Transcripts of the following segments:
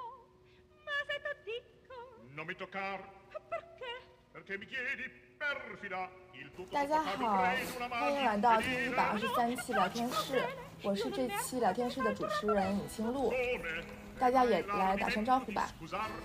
大家好，欢迎来到第123期聊天室，我是这期聊天室的主持人尹清露，大家也来打声招呼吧。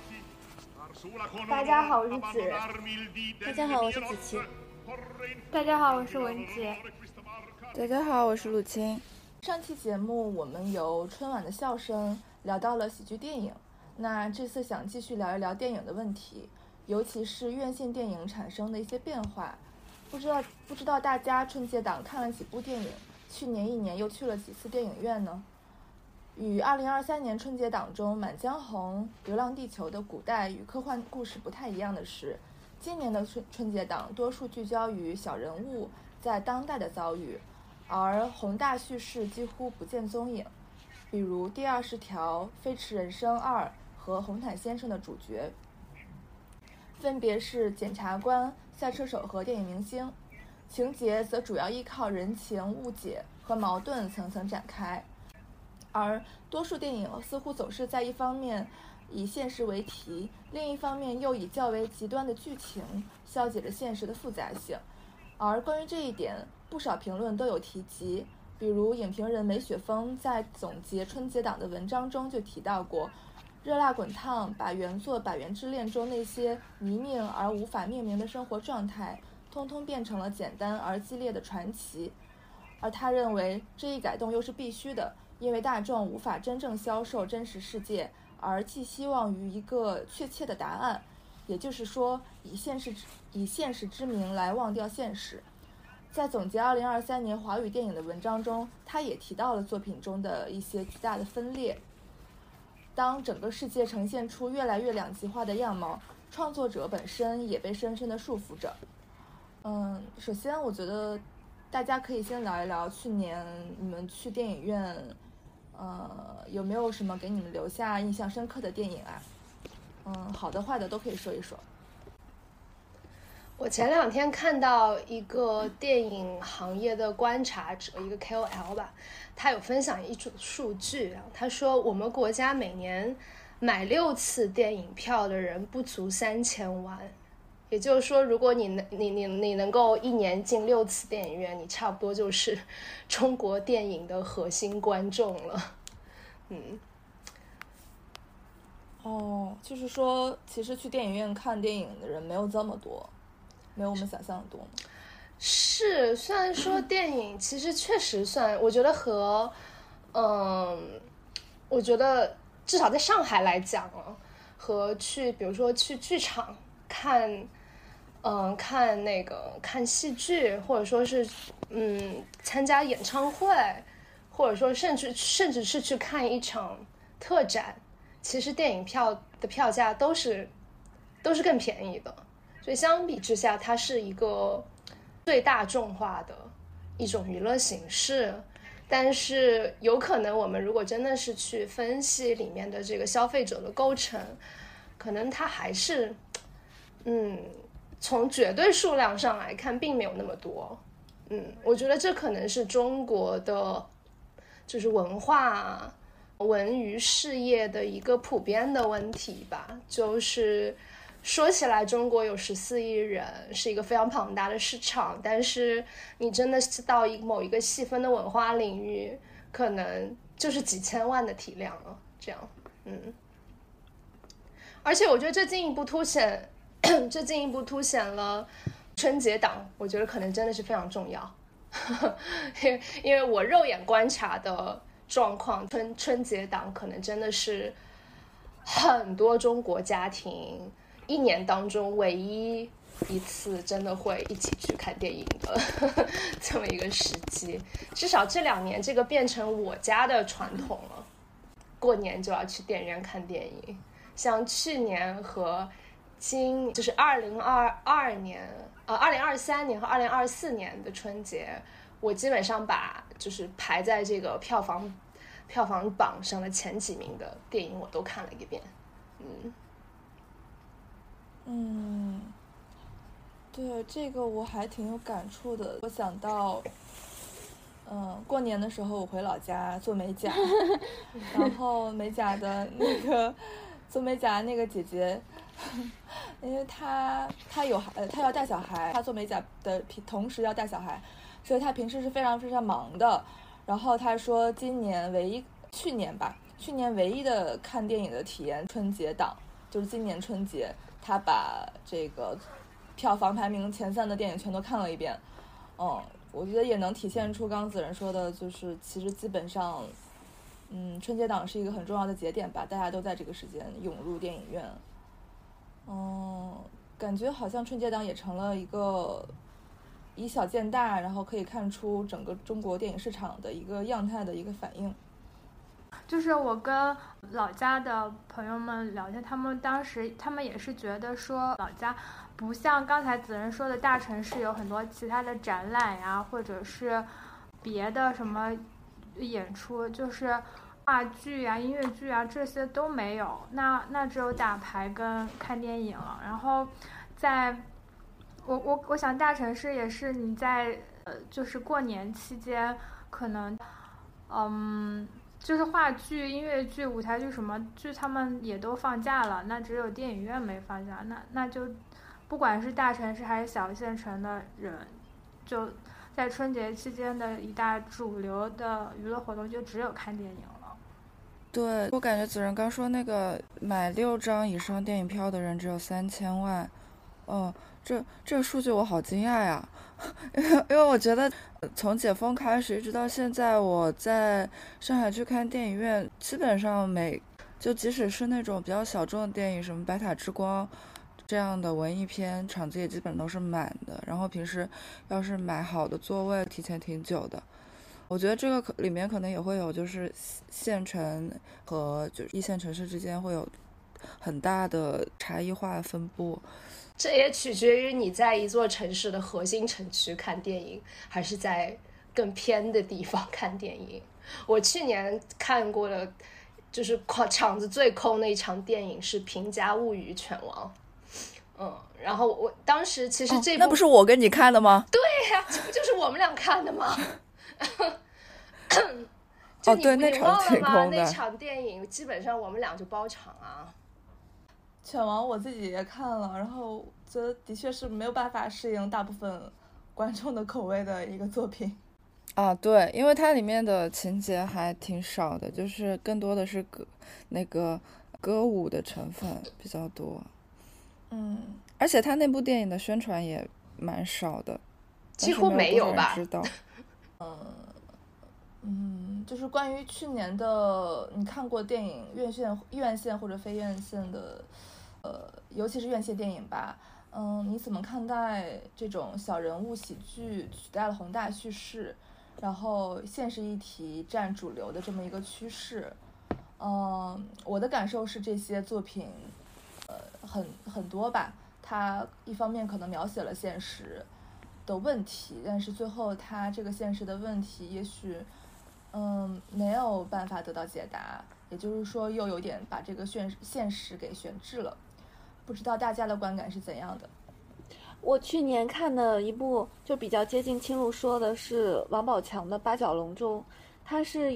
大家好，我是子。 大家好，我是子琪。 大家好，我是文杰。 大家好，我是陆清。 上期节目我们由春晚的笑声聊到了喜剧电影，那这次想继续聊一聊电影的问题，尤其是院线电影产生的一些变化。不知道大家春节档看了几部电影，去年一年又去了几次电影院呢？与2023年春节档中《满江红》《流浪地球》的古代与科幻故事不太一样的是，今年的春节档多数聚焦于小人物在当代的遭遇，而宏大叙事几乎不见踪影。比如《第20条》《飞驰人生2》和《红毯先生》的主角分别是检察官、赛车手和电影明星，情节则主要依靠人情、误解和矛盾层层展开。而多数电影似乎总是在一方面以现实为题，另一方面又以较为极端的剧情消解着现实的复杂性。而关于这一点，不少评论都有提及，比如影评人梅雪峰在总结春节档的文章中就提到过，热辣滚烫把原作《百元之恋》中那些泥泞而无法命名的生活状态通通变成了简单而激烈的传奇。而他认为这一改动又是必须的，因为大众无法真正销售真实世界，而寄希望于一个确切的答案，也就是说以现实之名来忘掉现实。在总结2023年华语电影的文章中，他也提到了作品中的一些巨大的分裂。当整个世界呈现出越来越两极化的样貌，创作者本身也被深深地束缚着。首先我觉得大家可以先聊一聊去年你们去电影院有没有什么给你们留下印象深刻的电影啊？好的坏的都可以说一说。 我前2天看到一个电影行业的观察者，一个 KOL 吧，他有分享一组数据啊，他说我们国家每年买6次电影票的人不足3000万，也就是说，如果你能够一年进6次电影院，你差不多就是中国电影的核心观众了。 就是说其实去电影院看电影的人没有这么多，没有我们想象的多吗？ 是，虽然说电影其实确实算，我觉得我觉得至少在上海来讲啊，和比如说去剧场看戏剧，或者说是参加演唱会，或者说甚至是去看一场特展，其实电影票的票价都是更便宜的，所以相比之下，它是一个最大众化的一种娱乐形式。但是有可能我们如果真的是去分析里面的这个消费者的构成，可能它还是从绝对数量上来看并没有那么多。我觉得这可能是中国的就是文化文娱事业的一个普遍的问题吧。就是说起来中国有14亿人，是一个非常庞大的市场，但是你真的是到某一个细分的文化领域，可能就是几千万的体量了，这样。而且我觉得这进一步凸显了春节档，我觉得可能真的是非常重要。因为我肉眼观察的状况，春节档可能真的是很多中国家庭一年当中唯一一次真的会一起去看电影的这么一个时机。至少这2年这个变成我家的传统了，过年就要去电影院看电影。像去年和就是2023年和2024年的春节，我基本上把就是排在这个票房榜上的前几名的电影我都看了一遍。 对，这个我还挺有感触的。我想到过年的时候我回老家做美甲，然后美甲的那个做美甲那个姐姐，因为她要带小孩，她做美甲的同时要带小孩，所以她平时是非常非常忙的。然后她说去年唯一的看电影的体验春节档，就是今年春节，她把这个票房排名前3的电影全都看了一遍。我觉得也能体现出刚刚子仁说的，就是其实基本上春节档是一个很重要的节点吧，大家都在这个时间涌入电影院。感觉好像春节档也成了一个以小见大，然后可以看出整个中国电影市场的一个样态的一个反应。 就是我跟老家的朋友们聊天，他们也是觉得说老家不像刚才子仁说的大城市有很多其他的展览呀，或者是别的什么演出，就是话剧啊、音乐剧啊这些都没有，那只有打牌跟看电影了。然后我想大城市也是你在就是过年期间可能就是话剧、音乐剧、舞台剧什么剧他们也都放假了，那只有电影院没放假，那就不管是大城市还是小县城的人，就在春节期间的一大主流的娱乐活动就只有看电影了。 对，我感觉子仁刚说那个买6张以上电影票的人只有3000万，这个数据我好惊讶呀，因为我觉得从解封开始一直到现在，我在上海去看电影院，基本上就即使是那种比较小众的电影，什么白塔之光这样的文艺片，场子也基本都是满的。然后平时要是买好的座位，提前挺久的。我觉得这个里面可能也会有，就是县城和就是一线城市之间会有很大的差异化分布。 这也取决于你在一座城市的核心城区看电影，还是在更偏的地方看电影。我去年看过的就是场子最空的一场电影是《平家物语》犬王。然后我当时其实这部、 那不是我跟你看的吗？ 对呀，这不就是我们俩看的吗？ 对，那场挺空的。 那场电影基本上我们俩就包场啊。 犬王我自己也看了，然后觉得的确是没有办法适应大部分观众的口味的一个作品。 对，因为它里面的情节还挺少的，就是更多的是歌舞的成分比较多。而且它那部电影的宣传也蛮少的， 几乎没有吧？ 知道。 就是关于去年的你看过电影院线或者非院线的尤其是院线电影吧，你怎么看待这种小人物喜剧取代了宏大叙事，然后现实议题占主流的这么一个趋势？我的感受是这些作品很多吧，它一方面可能描写了现实的问题，但是最后它这个现实的问题也许没有办法得到解答，也就是说又有点把这个现实给悬置了。不知道大家的观感是怎样的？ 我去年看的一部就比较接近青鹿说的是王宝强的《八角笼中》，它是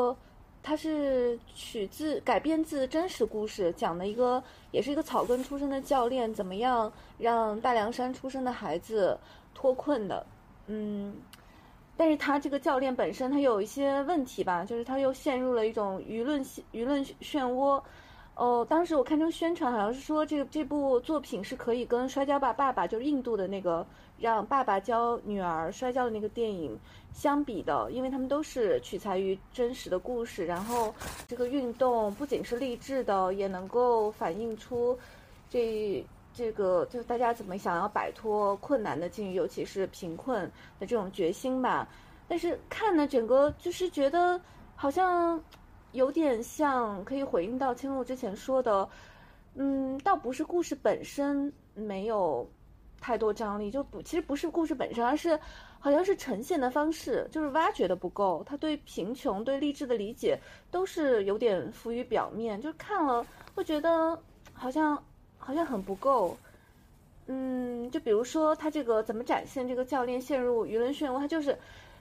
改编自真实故事，讲的也是一个草根出身的教练怎么样让大凉山出身的孩子脱困的。但是他这个教练本身他有一些问题吧，就是他又陷入了一种舆论漩涡。当时我看这个宣传好像是说这部作品是可以跟摔跤吧爸爸，就是印度的那个让爸爸教女儿摔跤的那个电影相比的，因为他们都是取材于真实的故事，然后这个运动不仅是励志的，也能够反映出这个就大家怎么想要摆脱困难的境遇，尤其是贫困的这种决心吧。但是看呢，整个就是觉得好像有点像可以回应到青鹿之前说的，倒不是故事本身没有太多张力，其实不是故事本身，而是好像是呈现的方式，就是挖掘的不够，他对贫穷对励志的理解都是有点浮于表面，就看了会觉得好像很不够。就比如说他这个怎么展现这个教练陷入舆论漩涡，他就是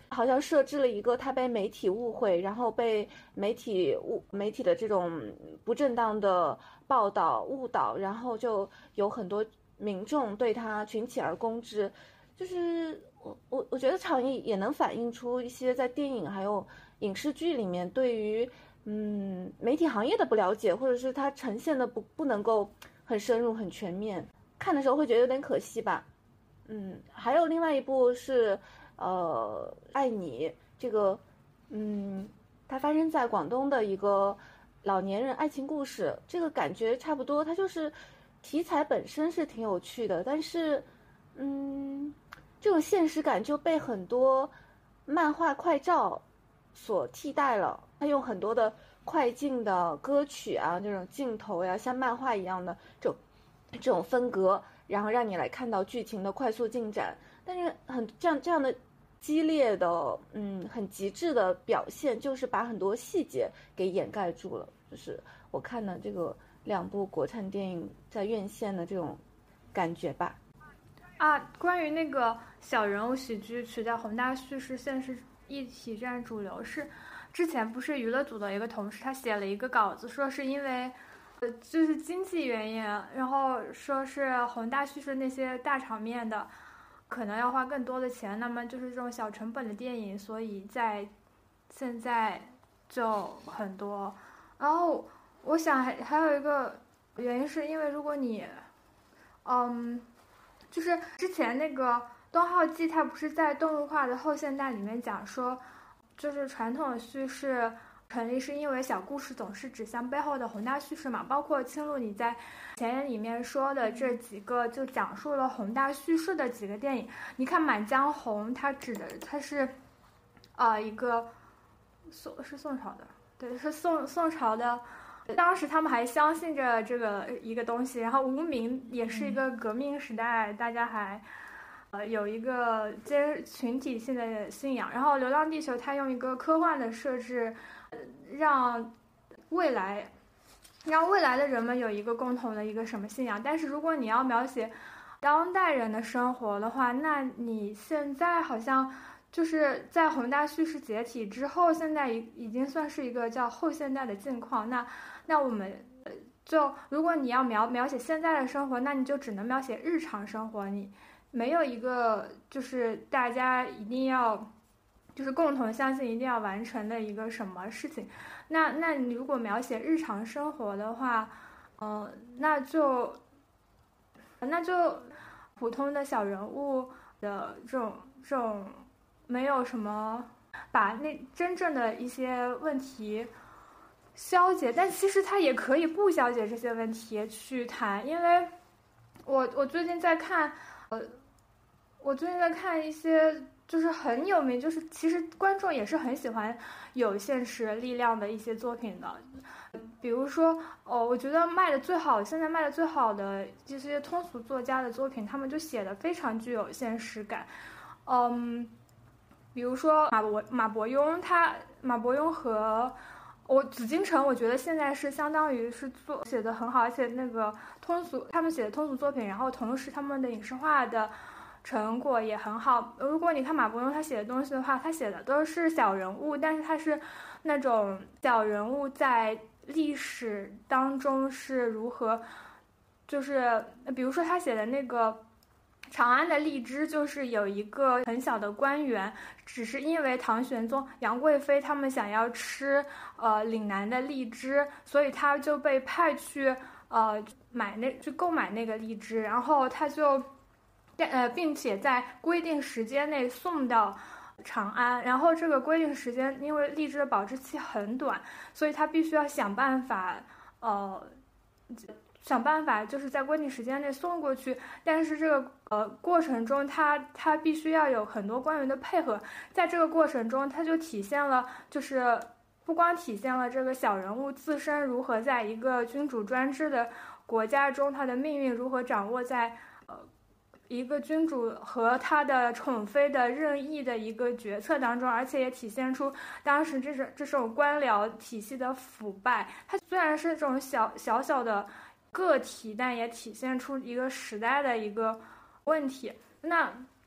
好像设置了一个他被媒体误会，然后被媒体的这种不正当的报道误导，然后就有很多民众对他群起而攻之。就是我觉得场景也能反映出一些在电影还有影视剧里面对于媒体行业的不了解，或者是它呈现的不能够很深入很全面，看的时候会觉得有点可惜吧。还有另外一部是爱你，这个它发生在广东的一个老年人爱情故事，这个感觉差不多，它就是题材本身是挺有趣的，但是这种现实感就被很多漫画快照所替代了。他用很多的快进的歌曲啊，这种镜头呀，像漫画一样的这种分隔，然后让你来看到剧情的快速进展。但是这样的激烈的很极致的表现，就是把很多细节给掩盖住了。就是我看的这个2部国产电影在院线的这种感觉吧。 关于那个小人物喜剧取代宏大叙事现实一体占主流，是之前不是娱乐组的一个同事他写了一个稿子，说是因为就是经济原因，然后说是宏大叙事那些大场面的可能要花更多的钱，那么就是这种小成本的电影，所以在现在就很多。然后我想还有一个原因是因为如果你就是之前那个东浩纪他不是在动物化的后现代里面讲说，就是传统的叙事成立是因为小故事总是指向背后的宏大叙事嘛，包括青鹿你在前言里面说的这几个就讲述了宏大叙事的几个电影。你看《满江红》，它是一个宋朝的，对，是宋朝的。当时他们还相信着这个一个东西，然后无名也是一个革命时代，大家还有一个群体性的信仰。然后流浪地球它用一个科幻的设置，让未来的人们有一个共同的一个什么信仰。但是如果你要描写当代人的生活的话，那你现在好像就是在宏大叙事解体之后，现在已经算是一个叫后现代的境况。那我们就如果你要描写现在的生活，那你就只能描写日常生活，你没有一个就是大家一定要就是共同相信一定要完成的一个什么事情。那你如果描写日常生活的话，那就普通的小人物的这种没有什么把那真正的一些问题消解，但其实他也可以不消解这些问题去谈。因为我最近在看一些就是很有名，就是其实观众也是很喜欢有现实力量的一些作品的。比如说我觉得现在卖的最好的这些通俗作家的作品，他们就写的非常具有现实感。比如说马伯庸和紫禁城，我觉得现在是相当于是写的很好，而且那个他们写的通俗作品，然后同时他们的影视化的成果也很好。如果你看马伯庸他写的东西的话，他写的都是小人物，但是他是那种小人物在历史当中是如何，就是比如说他写的那个长安的荔枝，就是有一个很小的官员，只是因为唐玄宗、杨贵妃他们想要吃岭南的荔枝，所以他就被派去购买那个荔枝，然后他就并且在规定时间内送到长安。然后这个规定时间，因为荔枝的保质期很短，所以他必须要想办法就是在规定时间内送过去。但是这个过程中他必须要有很多官员的配合。在这个过程中，他就体现了就是不光体现了这个小人物自身如何在一个君主专制的国家中，他的命运如何掌握在一个君主和他的宠妃的任意的一个决策当中，而且也体现出当时这种官僚体系的腐败。它虽然是这种小的个体，但也体现出一个时代的一个问题。那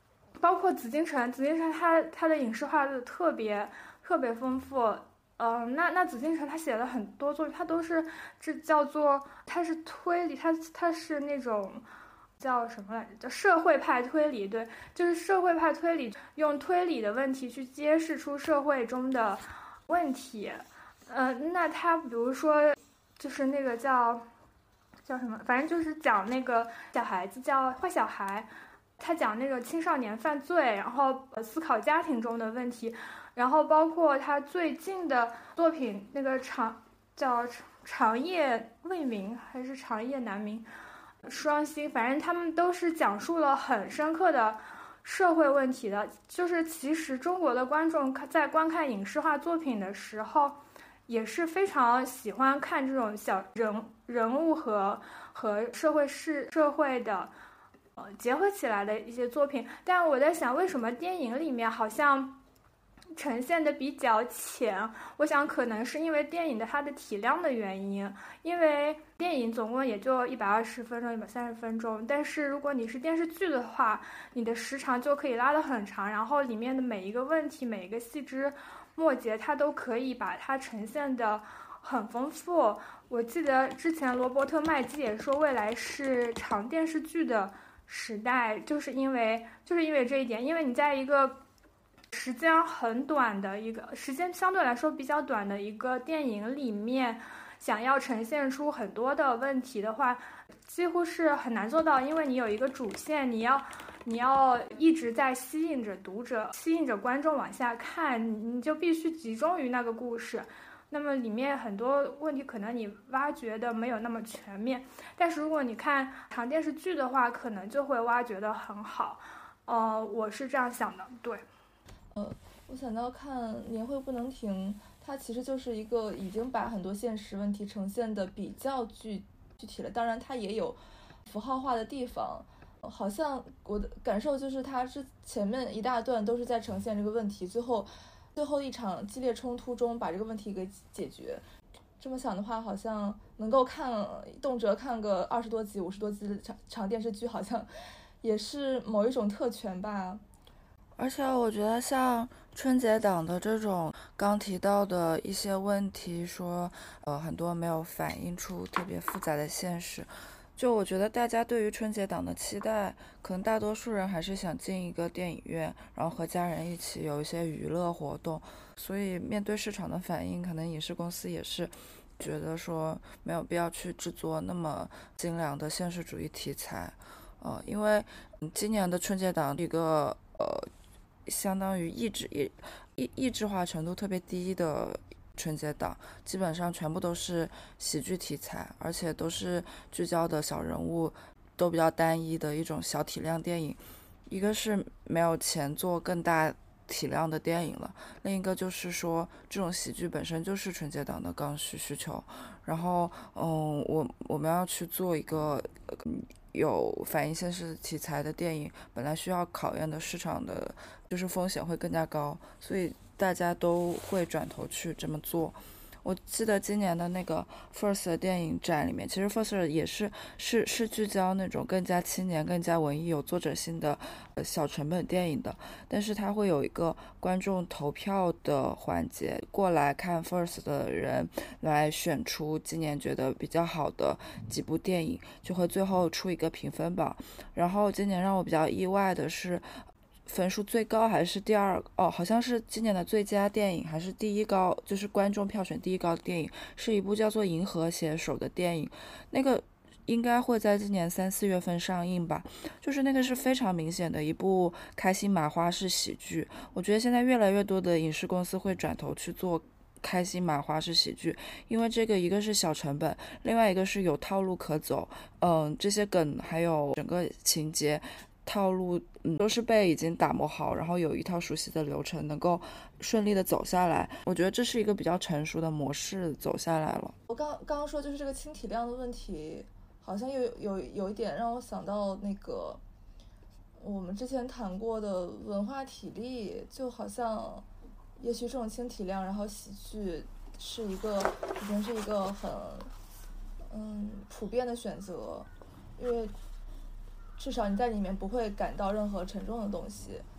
包括紫禁城它的影视化的特别丰富。那紫禁城他写了很多作品，他都是这叫做他是推理，他是那种叫什么来着？叫社会派推理，对，就是社会派推理，用推理的问题去揭示出社会中的问题。那他比如说就是那个叫什么，反正就是讲那个小孩子叫坏小孩，他讲那个青少年犯罪，然后思考家庭中的问题。然后包括他最近的作品，那个长夜未明还是长夜难明，双星，反正他们都是讲述了很深刻的社会问题的。就是其实中国的观众在观看影视化作品的时候，也是非常喜欢看这种小人物和社会的结合起来的一些作品。但我在想，为什么电影里面好像呈现的比较浅？我想可能是因为电影的它的体量的原因，因为电影总共也就120分钟、130分钟，但是如果你是电视剧的话，你的时长就可以拉得很长，然后里面的每一个问题、每一个细枝末节，它都可以把它呈现的很丰富。我记得之前罗伯特麦基也说，未来是长电视剧的时代，就是因为这一点，因为你在一个时间很短的一个时间相对来说比较短的一个电影里面，想要呈现出很多的问题的话，几乎是很难做到，因为你有一个主线，你要一直在吸引着读者、吸引着观众往下看，你就必须集中于那个故事。那么里面很多问题可能你挖掘的没有那么全面，但是如果你看长电视剧的话，可能就会挖掘的很好。我是这样想的，对。 我想到看《年会不能停》，它其实就是一个已经把很多现实问题呈现的比较具体了，当然它也有符号化的地方。好像我的感受就是它是前面一大段都是在呈现这个问题，最后一场激烈冲突中把这个问题给解决。这么想的话，好像能够动辄看个20多集、50多集的长电视剧，好像也是某一种特权吧。 而且我觉得像春节档的这种刚提到的一些问题，说很多没有反映出特别复杂的现实，就我觉得大家对于春节档的期待，可能大多数人还是想进一个电影院，然后和家人一起有一些娱乐活动。所以面对市场的反应，可能影视公司也是觉得说没有必要去制作那么精良的现实主义题材。因为今年的春节档一个相当于异质化程度特别低的春节档，基本上全部都是喜剧题材，而且都是聚焦的小人物，都比较单一的一种小体量电影。一个是没有钱做更大体量的电影了，另一个就是说这种喜剧本身就是春节档的刚需求。然后我们要去做一个有反映现实题材的电影，本来需要考验的市场的就是风险会更加高，所以大家都会转头去这么做。我记得今年的那个 First 的电影展里面，其实 First 也是聚焦那种更加青年、更加文艺、有作者性的小成本电影的，但是它会有一个观众投票的环节，过来看 First 的人来选出今年觉得比较好的几部电影，就会最后出一个评分榜。然后今年让我比较意外的是，分数最高还是第二好像是今年的最佳电影还是第一高，就是观众票选第一高的电影是一部叫做《银河携手》的电影，那个应该会在今年3、4月份上映吧。就是那个是非常明显的一部开心麻花式喜剧，我觉得现在越来越多的影视公司会转头去做开心麻花式喜剧，因为这个一个是小成本，另外一个是有套路可走，这些梗还有整个情节套路都是被已经打磨好，然后有一套熟悉的流程能够顺利的走下来。我觉得这是一个比较成熟的模式走下来了。 我刚刚说就是这个轻体量的问题，好像有一点让我想到那个我们之前谈过的文化体力，就好像也许这种轻体量然后喜剧是已经是一个很普遍的选择，因为至少你在里面不会感到任何沉重的东西。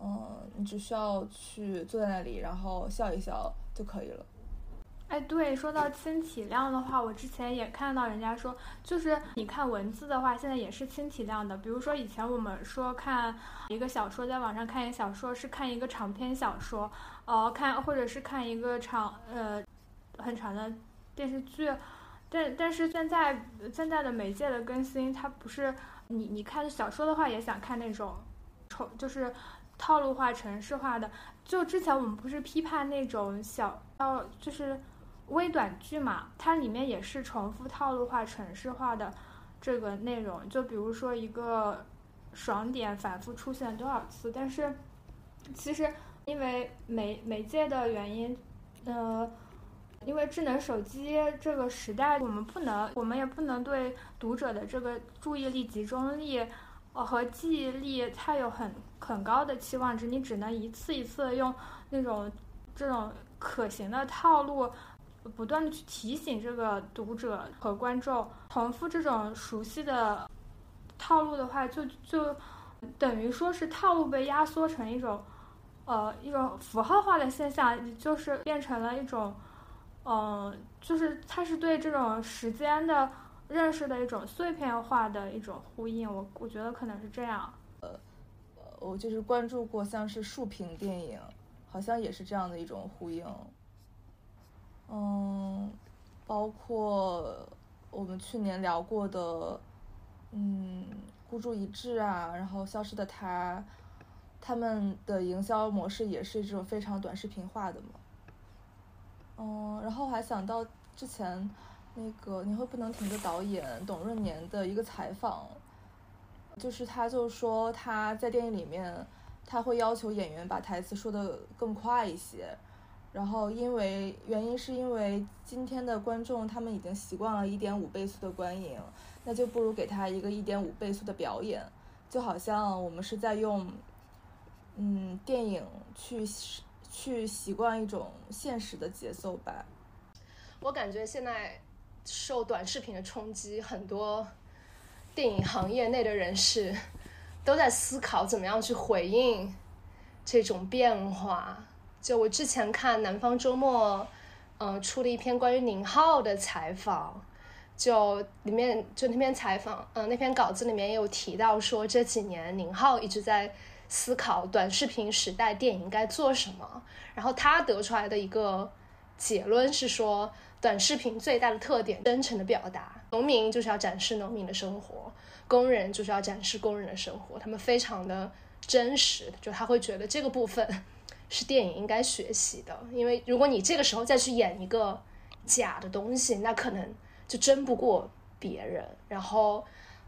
你只需要去坐在那里，然后笑一笑就可以了。 哎，对，说到轻体量的话，我之前也看到人家说，就是你看文字的话，现在也是轻体量的。比如说以前我们说看一个小说，在网上看一个小说是看一个长篇小说，或者是看一个很长的电视剧，但是现在的媒介的更新，它不是你看小说的话，也想看那种就是套路化、程式化的。就之前我们不是批判那种就是微短剧嘛，它里面也是重复套路化、程式化的这个内容。就比如说一个爽点反复出现多少次，但是其实因为媒介的原因，因为智能手机这个时代，我们也不能对读者的这个注意力集中力和记忆力它有很高的期望值，你只能一次一次用这种可行的套路不断的去提醒这个读者和观众。重复这种熟悉的套路的话，就等于说是套路被压缩成一种符号化的现象，就是变成了一种就是它是对这种时间的认识的一种碎片化的一种呼应。我觉得可能是这样。 我就是关注过像是竖屏电影，好像也是这样的一种呼应。包括我们去年聊过的孤注一掷啊，然后消失的他们的营销模式也是这种非常短视频化的嘛。然后还想到之前那个你会不能停的导演董润年的一个采访，就是他就说他在电影里面他会要求演员把台词说得更快一些，然后原因是因为今天的观众他们已经习惯了1.5倍速的观影，那就不如给他一个1.5倍速的表演，就好像我们是在用电影去习惯一种现实的节奏吧。 我感觉现在受短视频的冲击，很多电影行业内的人士都在思考怎么样去回应这种变化。就我之前看南方周末出了一篇关于宁浩的采访，那篇采访那篇稿子里面也有提到说，这几年宁浩一直在思考短视频时代电影该做什么，然后他得出来的一个结论是说，短视频最大的特点真诚的表达，农民就是要展示农民的生活，工人就是要展示工人的生活，他们非常的真实，就他会觉得这个部分是电影应该学习的。因为如果你这个时候再去演一个假的东西，那可能就争不过别人。然后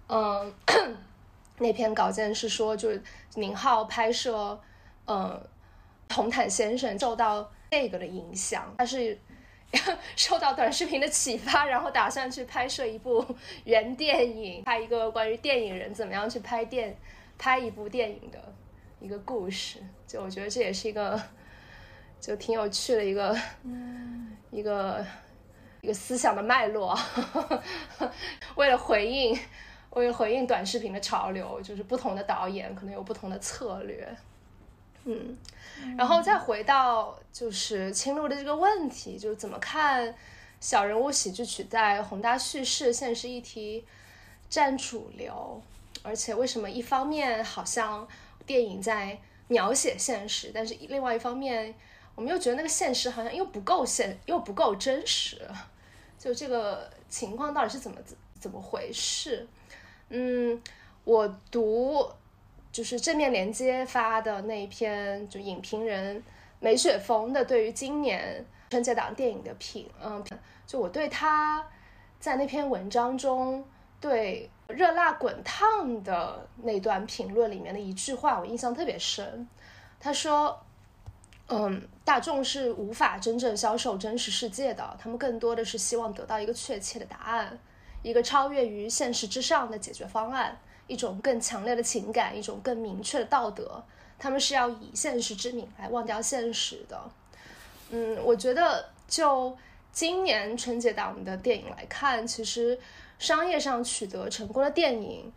那篇稿件是说，就是宁浩拍摄红毯先生受到这个的影响，他是受到短视频的启发，然后打算去拍摄一部原电影，拍一个关于电影人怎么样去拍一部电影的一个故事。就我觉得这也是一个就挺有趣的一个思想的脉络。为了回应短视频的潮流，就是不同的导演可能有不同的策略。然后再回到就是青鹿的这个问题，就是怎么看小人物喜剧取代宏大叙事现实议题占主流，而且为什么一方面好像电影在描写现实，但是另外一方面我们又觉得那个现实好像又不够真实，就这个情况到底是怎么回事？我读就是正面连接发的那一篇，就影评人梅雪峰的对于今年春节档电影的评，就我对他在那篇文章中对热辣滚烫的那段评论里面的一句话我印象特别深。他说大众是无法真正销售真实世界的，他们更多的是希望得到一个确切的答案，一个超越于现实之上的解决方案，一种更强烈的情感，一种更明确的道德，他们是要以现实之名来忘掉现实的。我觉得就今年春节档的电影来看，其实商业上取得成功的电影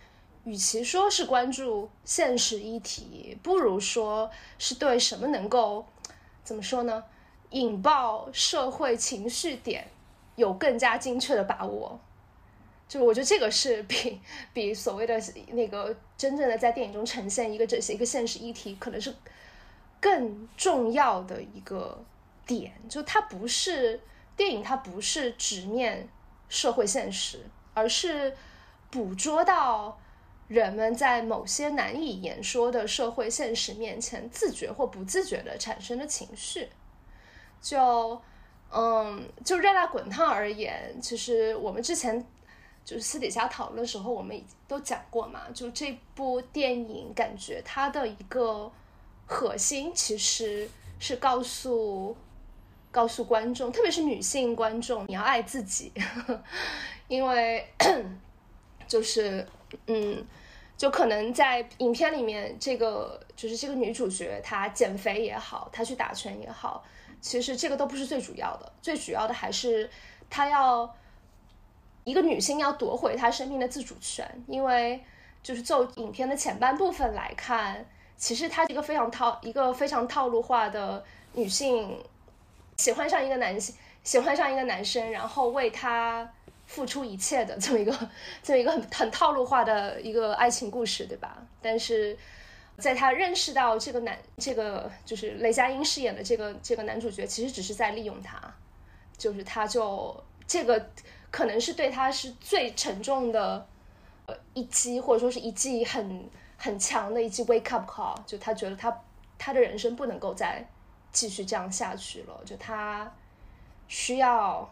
与其说是关注现实议题，不如说是对什么能够怎么说呢，引爆社会情绪点有更加精确的把握。就我觉得这个是比所谓的那个真正的在电影中呈现一个现实议题，可能是更重要的一个点。就它不是电影，它不是直面社会现实，而是捕捉到人们在某些难以言说的社会现实面前自觉或不自觉的产生的情绪。就热辣滚烫而言，其实我们之前就是私底下讨论的时候，我们已经都讲过嘛，就这部电影感觉它的一个核心其实是告诉观众，特别是女性观众，你要爱自己。因为就是就可能在影片里面，这个女主角她减肥也好，她去打拳也好，其实这个都不是最主要的，最主要的还是她要一个女性要夺回她生命的自主权。因为就是就影片的前半部分来看，其实她一个非常套路化的女性喜欢上一个男生，然后为他付出一切的这么一个很套路化的一个爱情故事，对吧？但是在他认识到这个就是雷佳音饰演的这个男主角其实只是在利用他，就是他就这个可能是对他是最沉重的一击，或者说是一记很强的一记 wake up call。 就他觉得他的人生不能够再继续这样下去了，就他需要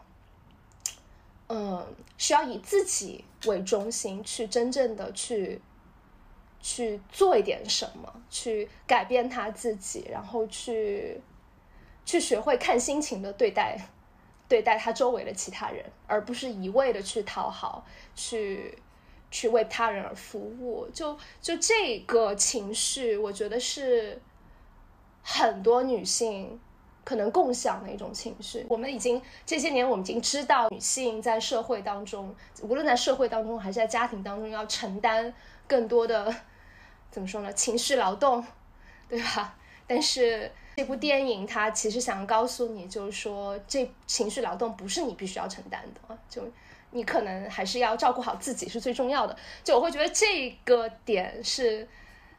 以自己为中心，去真正的去做一点什么，去改变他自己，然后去学会看心情的对待他周围的其他人，而不是一味的去讨好，去为他人而服务。就这个情绪，我觉得是很多女性可能共享的一种情绪。这些年我们已经知道，女性在社会当中，无论在社会当中还是在家庭当中，要承担更多的怎么说呢，情绪劳动，对吧？但是这部电影它其实想告诉你，就是说这情绪劳动不是你必须要承担的，就你可能还是要照顾好自己是最重要的。就我会觉得这个点是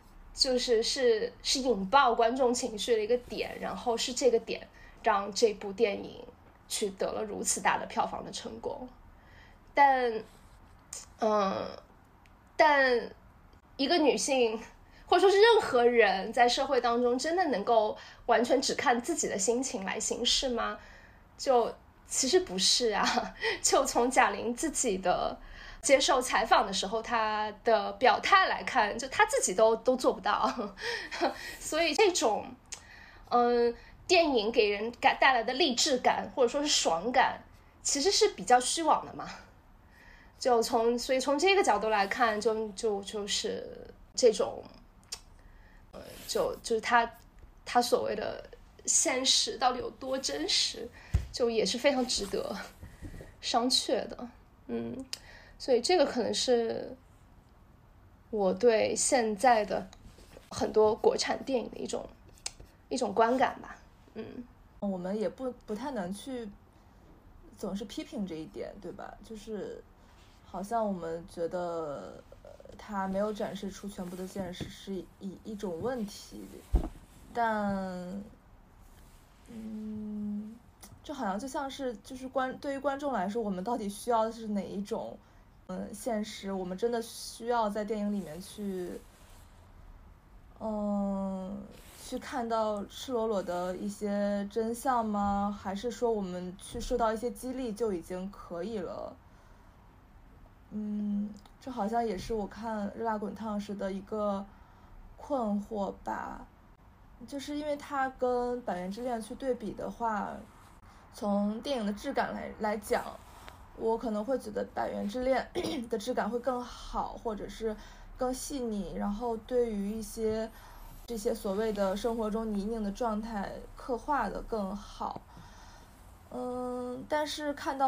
引爆观众情绪的一个点，然后是这个点让这部电影取得了如此大的票房的成功。但一个女性或者说是任何人在社会当中真的能够完全只看自己的心情来行事吗？就其实不是啊。就从贾玲自己的接受采访的时候，他的表态来看，就他自己都做不到。所以这种电影给人带来的励志感或者说是爽感其实是比较虚妄的嘛。所以从这个角度来看，就是这种就是他所谓的现实到底有多真实，就也是非常值得商榷的。所以这个可能是我对现在的很多国产电影的一种观感吧。 我们也不太能去总是批评这一点，对吧？就是好像我们觉得它没有展示出全部的现实是一种问题，但就好像就像是就是对于观众来说，我们到底需要的是哪一种现实？我们真的需要在电影里面去看到赤裸裸的一些真相吗？还是说我们去受到一些激励就已经可以了？这好像也是我看《热辣滚烫》时的一个困惑吧。就是因为它跟《百元之恋》去对比的话，从电影的质感来讲，我可能会觉得《百元之恋》的质感会更好，或者是更细腻，然后对于这些所谓的生活中泥泞的状态刻画的更好。但是看到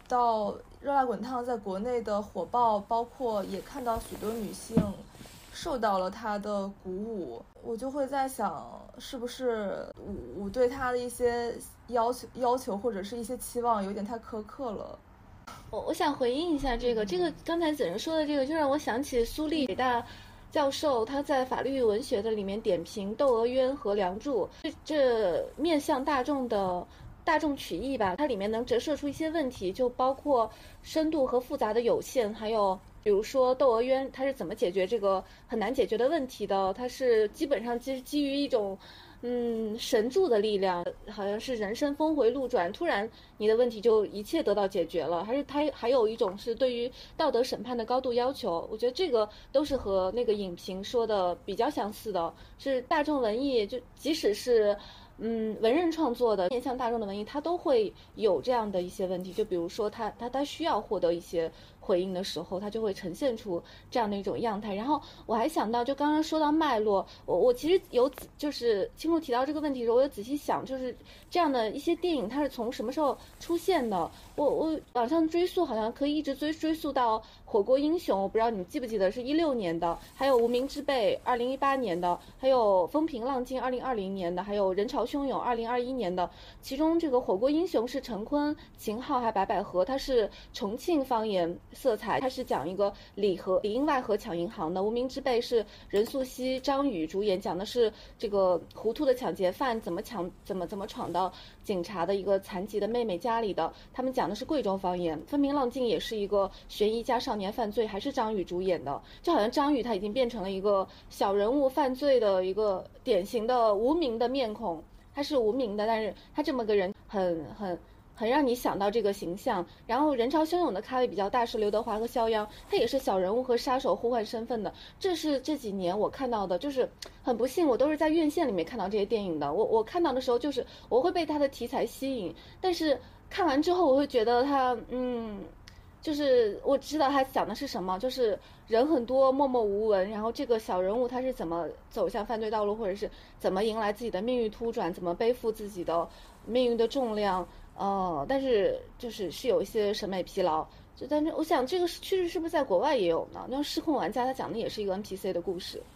到热辣滚烫在国内的火爆，包括也看到许多女性受到了它的鼓舞，我就会在想，是不是我对它的一些要求或者是一些期望有点太苛刻了。 我想回应一下这个刚才子仁说的这个，就让我想起苏立北大教授他在法律文学的里面点评《窦娥冤》和《梁祝》，这面向大众曲艺吧，它里面能折射出一些问题，就包括深度和复杂的有限，还有比如说《窦娥冤》它是怎么解决这个很难解决的问题的？它是基本上基于一种神助的力量，好像是人生峰回路转，突然你的问题就一切得到解决了，还是它还有一种是对于道德审判的高度要求。我觉得这个都是和那个影评说的比较相似的，是大众文艺，就即使是文人创作的面向大众的文艺，它都会有这样的一些问题。就比如说他需要获得一些回应的时候，它就会呈现出这样的一种样态。然后我还想到，就刚刚说到脉络，我其实就是青木提到这个问题的时候，我有仔细想，就是这样的一些电影它是从什么时候出现的？我往上追溯，好像可以一直追溯到《火锅英雄》，我不知道你们记不记得，是16年的，还有《无名之辈》2018年的，还有《风平浪静》2020年的，还有《人潮汹涌》2021年的。其中这个《火锅英雄》是陈坤、秦昊还白百合，它是重庆方言色彩，它是讲一个里应外合抢银行的。《无名之辈》是任素汐、张宇主演，讲的是这个糊涂的抢劫犯怎么闯到警察的一个残疾的妹妹家里的。他们讲的是贵州方言。《风平浪静》也是一个悬疑加少年犯罪，还是张宇主演的。就好像张宇他已经变成了一个小人物犯罪的一个典型的无名的面孔，他是无名的，但是他这么个人很让你想到这个形象。然后人潮汹涌的咖位比较大，是刘德华和肖央，他也是小人物和杀手互换身份的。这是这几年我看到的，就是很不幸我都是在院线里面看到这些电影的。我看到的时候就是我会被他的题材吸引，但是看完之后我会觉得他就是我知道他讲的是什么，就是人很多默默无闻，然后这个小人物他是怎么走向犯罪道路，或者是怎么迎来自己的命运突转，怎么背负自己的命运的重量，但是是有一些审美疲劳。但是我想这个趋势是不是在国外也有呢？那失控玩家他讲的也是一个 NPC 的故事，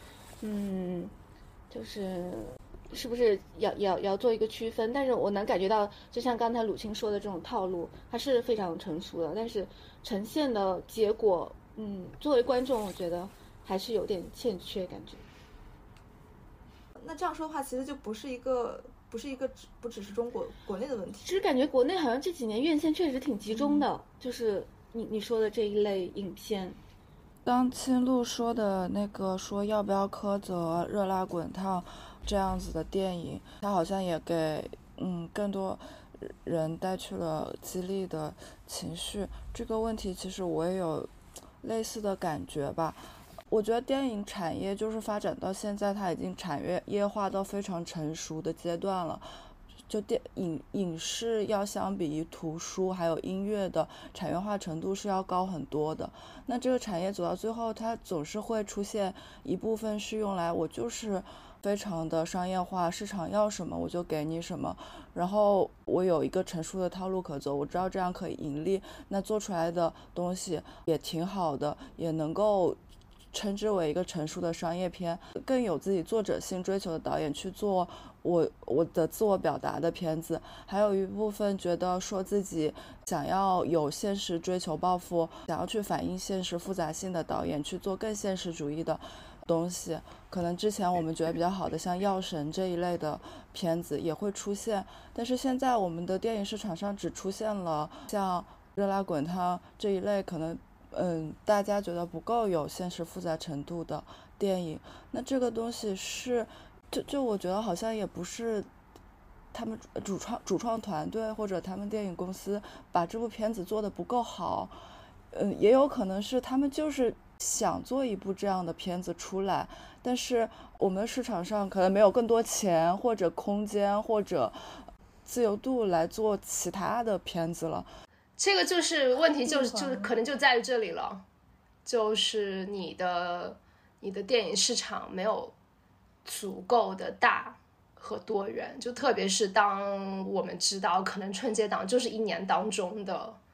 是不是要做一个区分？但是我能感觉到，就像刚才鲁青说的这种套路，它是非常成熟的，但是呈现的结果，作为观众，我觉得还是有点欠缺感觉。 那这样说的话，其实就不只是中国内的问题。 其实感觉国内好像这几年院线确实挺集中的，就是你说的这一类影片。 当青鹿说的那个说要不要苛责热辣滚烫这样子的电影，它好像也给更多人带去了激励的情绪。这个问题其实我也有类似的感觉吧。我觉得电影产业就是发展到现在，它已经产业化到非常成熟的阶段了。就影视要相比于图书还有音乐的产业化程度是要高很多的。那这个产业走到最后，它总是会出现一部分是用来我就是非常的商业化，市场要什么我就给你什么，然后我有一个成熟的套路可走，我知道这样可以盈利，那做出来的东西也挺好的，也能够称之为一个成熟的商业片。更有自己作者性追求的导演去做我的自我表达的片子，还有一部分觉得说自己想要有现实追求抱负，想要去反映现实复杂性的导演去做更现实主义的东西。可能之前我们觉得比较好的像药神这一类的片子也会出现，但是现在我们的电影市场上只出现了像热辣滚烫这一类可能大家觉得不够有现实复杂程度的电影。那这个东西是就我觉得好像也不是他们主创团队或者他们电影公司把这部片子做得不够好，也有可能是他们就是想做一部这样的片子出来，但是我们市场上可能没有更多钱或者空间或者自由度来做其他的片子了。 这个就是问题，就是可能就在于这里了，就是你的电影市场没有足够的大和多元，就特别是当我们知道可能春节档就是一年当中的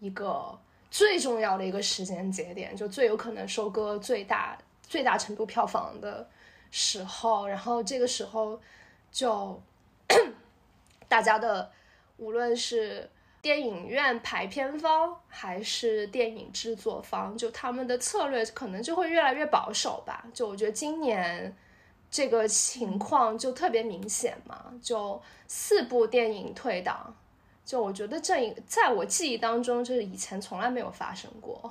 一个最重要的一个时间节点，就最有可能收割最大程度票房的时候，然后这个时候就大家的无论是电影院排片方还是电影制作方，就他们的策略可能就会越来越保守吧。就我觉得今年这个情况就特别明显嘛，就4部电影退档，就我觉得在我记忆当中，这以前从来没有发生过。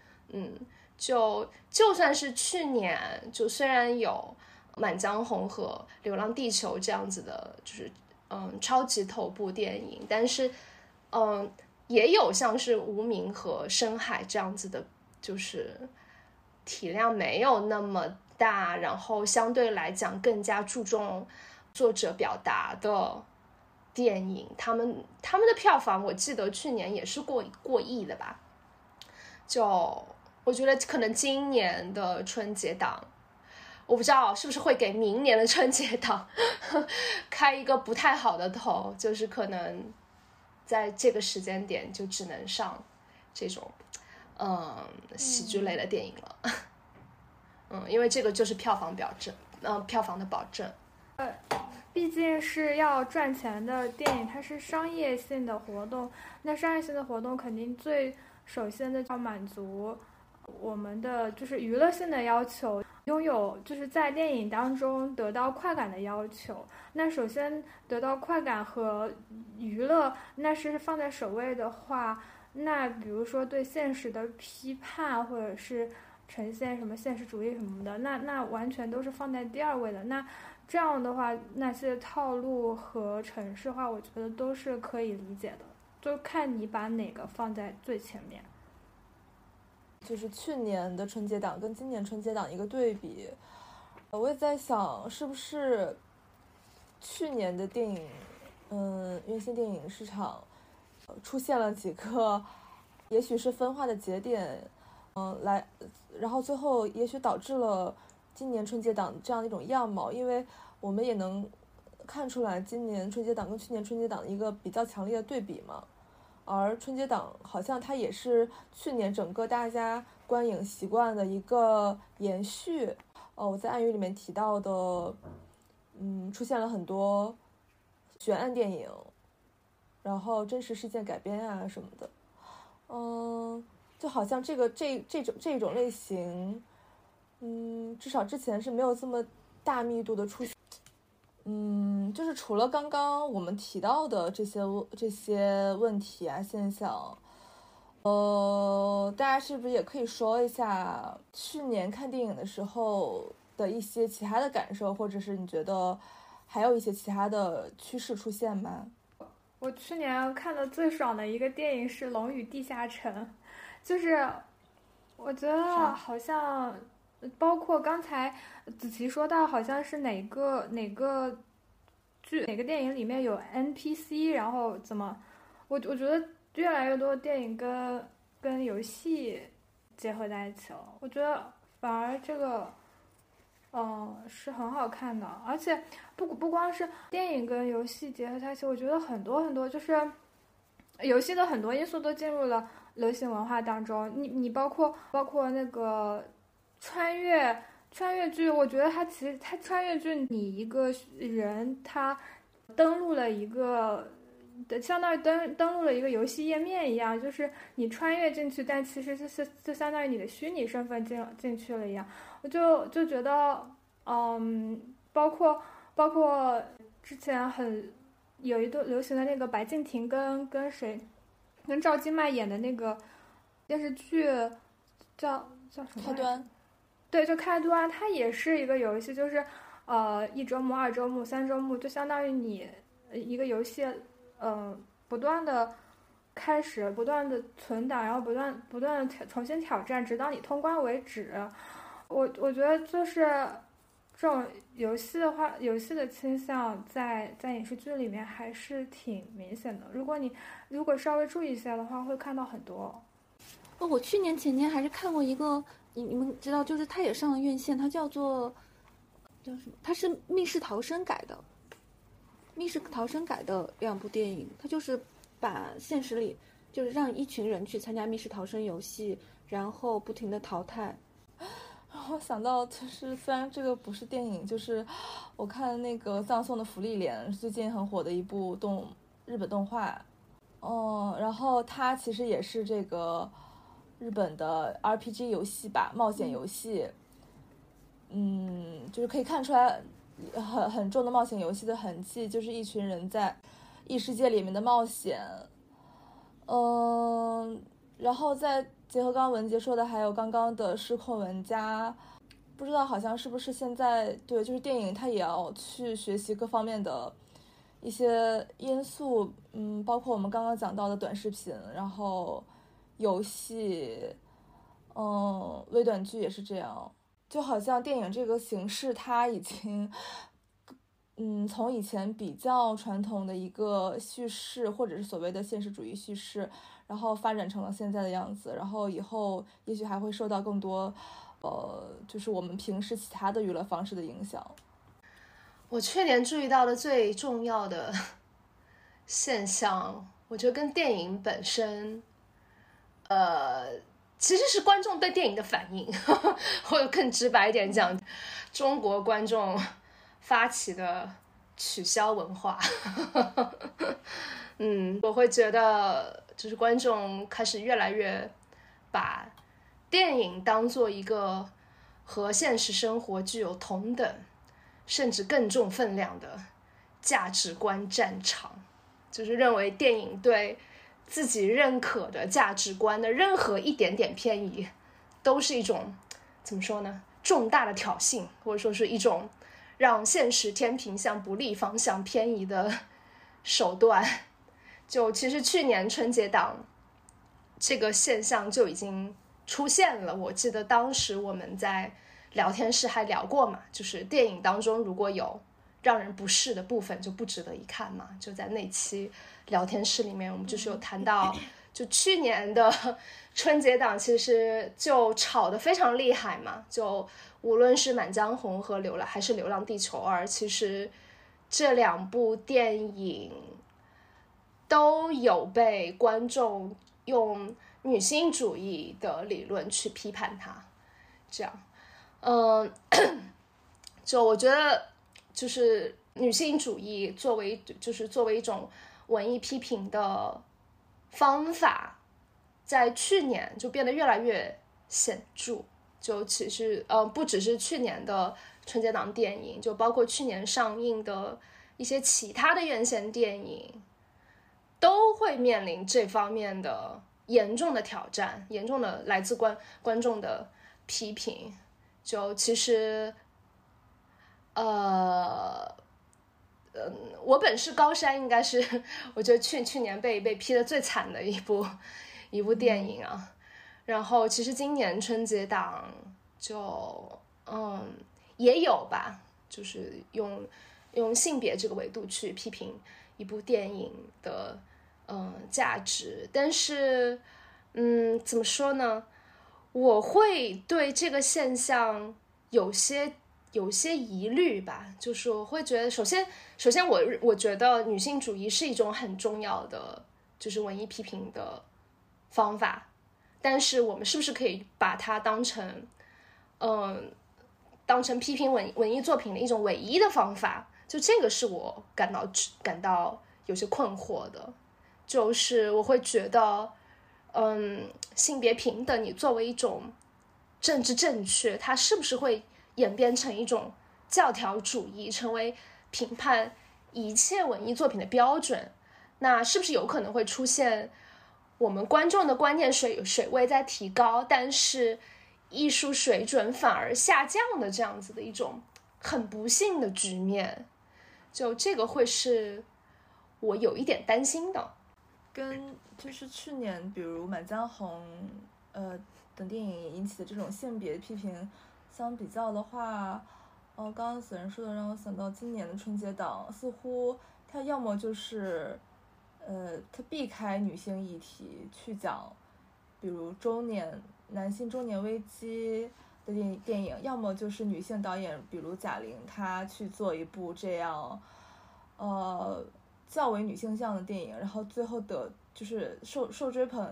就算是去年，就虽然有《满江红》和《流浪地球》这样子的，就是超级头部电影，但是也有像是《无名》和《深海》这样子的，就是体量没有那么大，然后相对来讲更加注重作者表达的电影，他们的票房我记得去年也是过亿的吧。就我觉得可能今年的春节档，我不知道是不是会给明年的春节档开一个不太好的头，就是可能在这个时间点就只能上这种喜剧类的电影了。因为这个就是票房保证，票房的保证。 毕竟是要赚钱的电影，它是商业性的活动，那商业性的活动肯定首先的要满足我们的就是娱乐性的要求，拥有就是在电影当中得到快感的要求。那首先得到快感和娱乐，那是放在首位的话，那比如说对现实的批判，或者是呈现什么现实主义什么的，那完全都是放在第2位的。那这样的话，那些套路和程式化，我觉得都是可以理解的，就看你把哪个放在最前面。 就是去年的春节档跟今年春节档一个对比，我也在想是不是去年的电影，院线电影市场，出现了几个，也许是分化的节点，然后最后也许导致了今年春节档这样一种样貌，因为我们也能看出来今年春节档跟去年春节档一个比较强烈的对比嘛。而春节档好像它也是去年整个大家观影习惯的一个延续。我在暗语里面提到的，出现了很多悬案电影，然后真实事件改编啊什么的，就好像这种类型，至少之前是没有这么大密度的出现。就是除了刚刚我们提到的这些问题啊现象，大家是不是也可以说一下去年看电影的时候的一些其他的感受，或者是你觉得还有一些其他的趋势出现吗？ 我去年看的最爽的一个电影是《龙与地下城》，就是我觉得好像包括刚才子琪说到好像是哪个剧哪个电影里面有 NPC， 然后怎么我觉得越来越多的电影跟游戏结合在一起了，我觉得反而这个是很好看的。而且不光是电影跟游戏结合在一起，我觉得很多就是游戏的很多因素都进入了流行文化当中。你包括那个穿越剧，我觉得它穿越剧，你一个人他登录了一个相当于登录了一个游戏页面一样，就是你穿越进去，但其实就相当于你的虚拟身份进去了一样。我就觉得包括之前有一段流行的那个白敬亭跟赵今麦演的那个电视剧叫什么？ 开端。 对，就开端，它也是一个游戏，就是1周目、2周目、3周目，就相当于你一个游戏，不断的开始，不断的存档，然后不断的重新挑战，直到你通关为止。我觉得就是这种游戏的倾向在影视剧里面还是挺明显的。如果稍微注意一下的话，会看到很多。 我去年前年还是看过一个，你们知道，就是它也上了院线，它叫什么？它是《密室逃生》改的，《密室逃生》改的2部电影，它就是把现实里就是让一群人去参加密室逃生游戏，然后不停的淘汰。 我想到就是虽然这个不是电影，就是我看那个葬送的芙莉莲最近很火的一部日本动画，然后它其实也是这个日本的 RPG 游戏吧，冒险游戏，就是可以看出来很重的冒险游戏的痕迹，就是一群人在异世界里面的冒险，然后再结合刚刚文杰说的，还有刚刚的失控玩家，不知道好像是不是现在对，就是电影它也要去学习各方面的一些因素，包括我们刚刚讲到的短视频，然后游戏，微短剧也是这样，就好像电影这个形式它已经从以前比较传统的一个叙事，或者是所谓的现实主义叙事，然后发展成了现在的样子，然后以后也许还会受到更多就是我们平时其他的娱乐方式的影响。 我去年注意到的最重要的现象，我觉得跟电影本身其实是观众对电影的反应，或者更直白一点讲，中国观众发起的取消文化。我会觉得就是观众开始越来越把电影当做一个和现实生活具有同等甚至更重分量的价值观战场，就是认为电影对自己认可的价值观的任何一点点偏移都是一种怎么说呢，重大的挑衅，或者说是一种让现实天平向不利方向偏移的手段。就其实去年春节档这个现象就已经出现了，我记得当时我们在聊天室还聊过嘛，就是电影当中如果有让人不适的部分就不值得一看嘛，就在那期聊天室里面我们就是有谈到，就去年的春节档其实就吵得非常厉害嘛，就无论是满江红和还是流浪地球2，其实这2部电影都有被观众用女性主义的理论去批判它，这样就我觉得就是女性主义作为一种文艺批评的方法，在去年就变得越来越显著。就其实不只是去年的春节档电影，就包括去年上映的一些其他的院线电影都会面临这方面的严重的挑战，严重的来自观众的批评。就其实我本是高山应该是我觉得去年被批的最惨的一部电影啊。然后其实今年春节档就也有吧，就是用性别这个维度去批评一部电影的价值。但是怎么说呢，我会对这个现象有些疑虑吧，就是我会觉得首先我觉得女性主义是一种很重要的就是文艺批评的方法，但是我们是不是可以把它当成批评文艺作品的一种唯一的方法，就这个是我感到有些困惑的。就是我会觉得性别平等你作为一种政治正确，它是不是会演变成一种教条主义，成为评判一切文艺作品的标准？那是不是有可能会出现我们观众的观念水位在提高，但是艺术水准反而下降的这样子的一种很不幸的局面？就这个会是我有一点担心的。 跟就是去年比如《满江红》等电影引起的这种性别批评相比较的话，刚刚死人说的让我想到今年的春节档，似乎它要么就是它避开女性议题去讲比如男性中年危机的电影，要么就是女性导演比如贾玲她去做一部这样较为女性向的电影，然后最后得就是受追捧，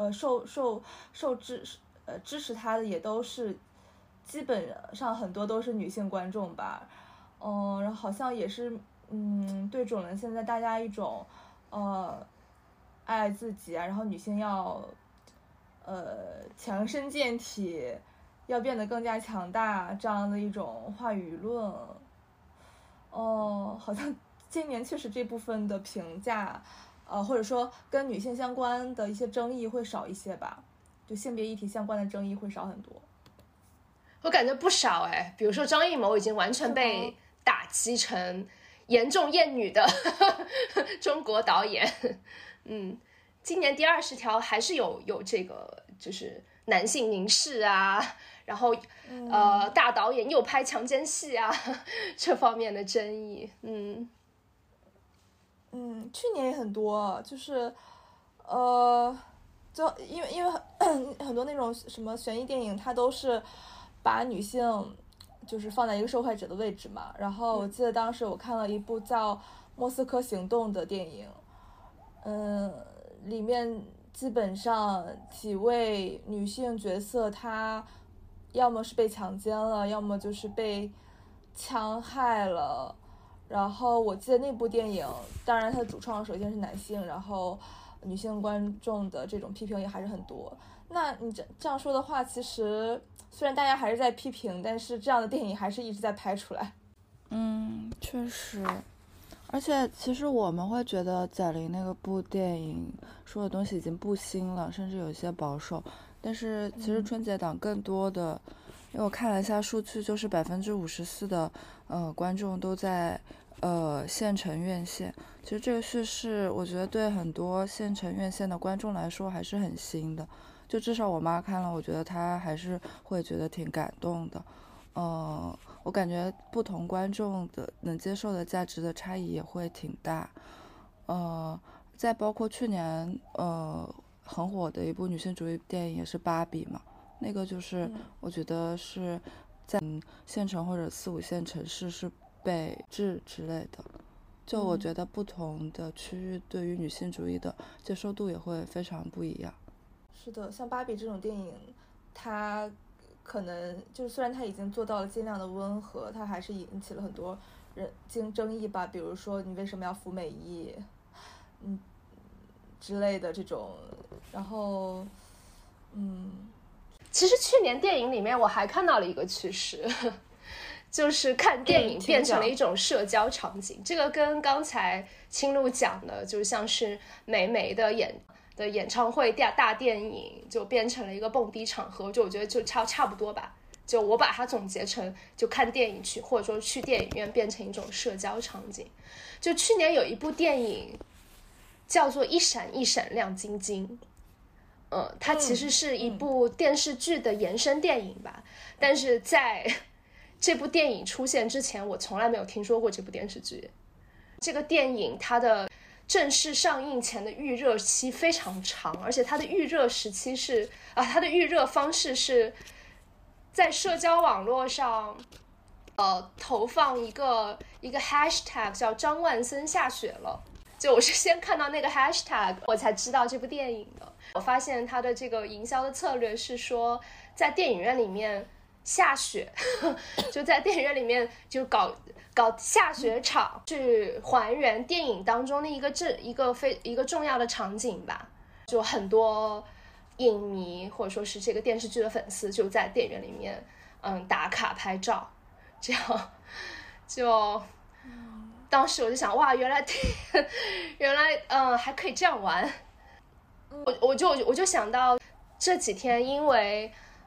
支持他的也都是基本上很多都是女性观众吧，然后好像也是对准了现在大家一种爱自己啊，然后女性要强身健体，要变得更加强大这样的一种话语舆论。好像今年确实这部分的评价或者说跟女性相关的一些争议会少一些吧，就性别议题相关的争议会少很多。 我感觉不少哎，比如说张艺谋已经完全被打击成严重厌女的中国导演。今年第20条还是有这个就是男性凝视啊，然后大导演又拍强奸戏啊这方面的争议。 去年也很多，就是就因为很多那种什么悬疑电影，它都是把女性就是放在一个受害者的位置嘛。然后我记得当时我看了一部叫《莫斯科行动》的电影，里面基本上几位女性角色，她要么是被强奸了，要么就是被戕害了。然后我记得那部电影，当然它的主创首先是男性，然后女性观众的这种批评也还是很多。那你这样说的话，其实虽然大家还是在批评，但是这样的电影还是一直在拍出来。 确实。而且其实我们会觉得贾玲那个部电影说的东西已经不新了，甚至有一些保守，但是其实春节档更多的，因为我看了一下数据，就是54%的观众都在县城院线。其实这个叙事我觉得对很多县城院线的观众来说还是很新的，就至少我妈看了，我觉得她还是会觉得挺感动的。我感觉不同观众的能接受的价值的差异也会挺大。再包括去年很火的一部女性主义电影也是芭比嘛，那个就是我觉得是在县城或者4、5线城市是被制之类的。就我觉得不同的区域对于女性主义的接受度也会非常不一样。 是的，像芭比这种电影，它可能就虽然它已经做到了尽量的温和，它还是引起了很多人争议吧，比如说你为什么要服美役之类的这种。然后其实去年电影里面我还看到了一个趋势，就是看电影变成了一种社交场景。这个跟刚才青鹿讲的就像是霉霉的演唱会大电影就变成了一个蹦迪场合，就我觉得就差不多吧。就我把它总结成就看电影去，或者说去电影院变成一种社交场景。就去年有一部电影叫做《一闪一闪亮晶晶》，它其实是一部电视剧的延伸电影吧，但是在这部电影出现之前，我从来没有听说过这部电视剧。这个电影它的正式上映前的预热期非常长，而且它的预热时期是它的预热方式是在社交网络上投放一个 hashtag 叫张万森下雪了。就我是先看到那个 hashtag 我才知道这部电影的。我发现它的这个营销的策略是说在电影院里面下雪就在电影院里面就搞下雪场，去还原电影当中的一个重要的场景吧。就很多影迷或者说是这个电视剧的粉丝就在电影院里面打卡拍照，这样就当时我就想，哇，原来还可以这样玩。我就想到这几天因为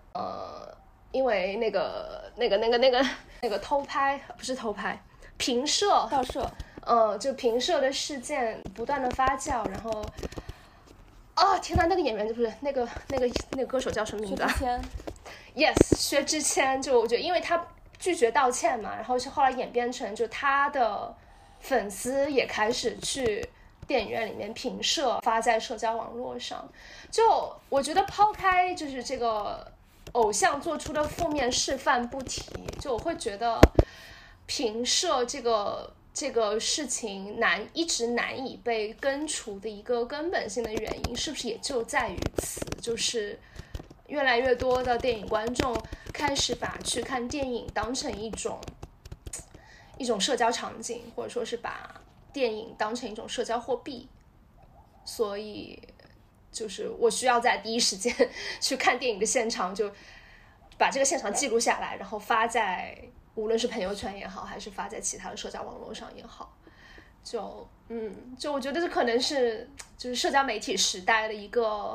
那个偷拍，不是偷拍，评摄盗摄， 就评摄的事件不断的发酵，然后天哪，那个演员就是那个歌手叫什么名字啊？Yes， 薛之谦。就我觉得因为他拒绝道歉嘛，然后是后来演变成就他的粉丝也开始去电影院里面评摄，发在社交网络上。就我觉得抛开就是这个偶像做出的负面示范不提，就我会觉得评摄这个这个事情一直难以被根除的一个根本性的原因，是不是也就在于此，就是越来越多的电影观众开始把去看电影当成一种社交场景，或者说是把电影当成一种社交货币，所以就是我需要在第一时间去看电影的现场，就把这个现场记录下来，然后发在无论是朋友圈也好，还是发在其他的社交网络上也好，就我觉得这可能是就是社交媒体时代的一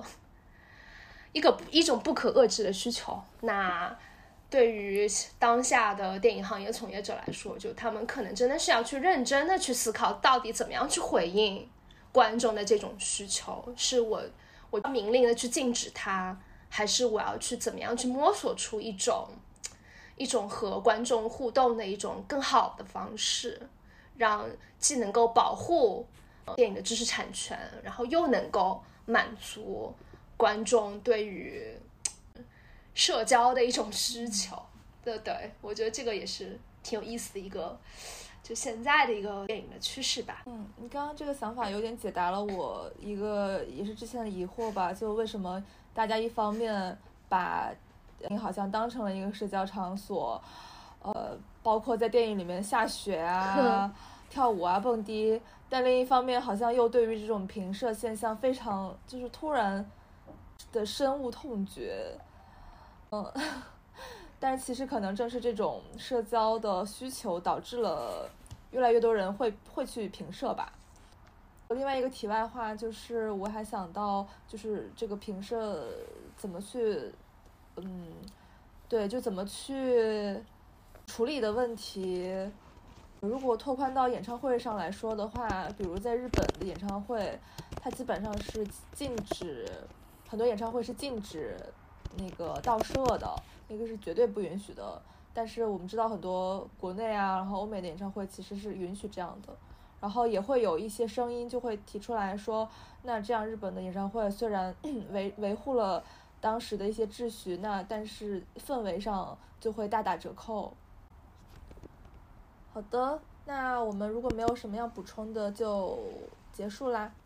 种不可遏制的需求。那对于当下的电影行业从业者来说，就他们可能真的是要去认真的去思考，到底怎么样去回应观众的这种需求，是我明令的去禁止它，还是我要去怎么样去摸索出一种和观众互动的一种更好的方式，让既能够保护电影的知识产权，然后又能够满足观众对于社交的一种需求。对，我觉得这个也是挺有意思的一个就现在的一个电影的趋势吧。 你刚刚这个想法有点解答了我一个也是之前的疑惑吧，就为什么大家一方面把电影好像当成了一个社交场所，包括在电影里面下雪啊、跳舞啊、蹦迪，但另一方面好像又对于这种评社现象非常就是突然的深恶痛绝。但是其实可能正是这种社交的需求导致了越来越多人会去评社吧。另外一个题外话就是我还想到就是这个评社怎么去对，就怎么去处理的问题。如果拓宽到演唱会上来说的话，比如在日本的演唱会，它基本上是禁止，很多演唱会是禁止那个盗摄的，那个是绝对不允许的。但是我们知道很多国内啊，然后欧美的演唱会其实是允许这样的，然后也会有一些声音就会提出来说，那这样日本的演唱会虽然维护了当时的一些秩序，那但是氛围上就会大打折扣。好的，那我们如果没有什么要补充的就结束啦。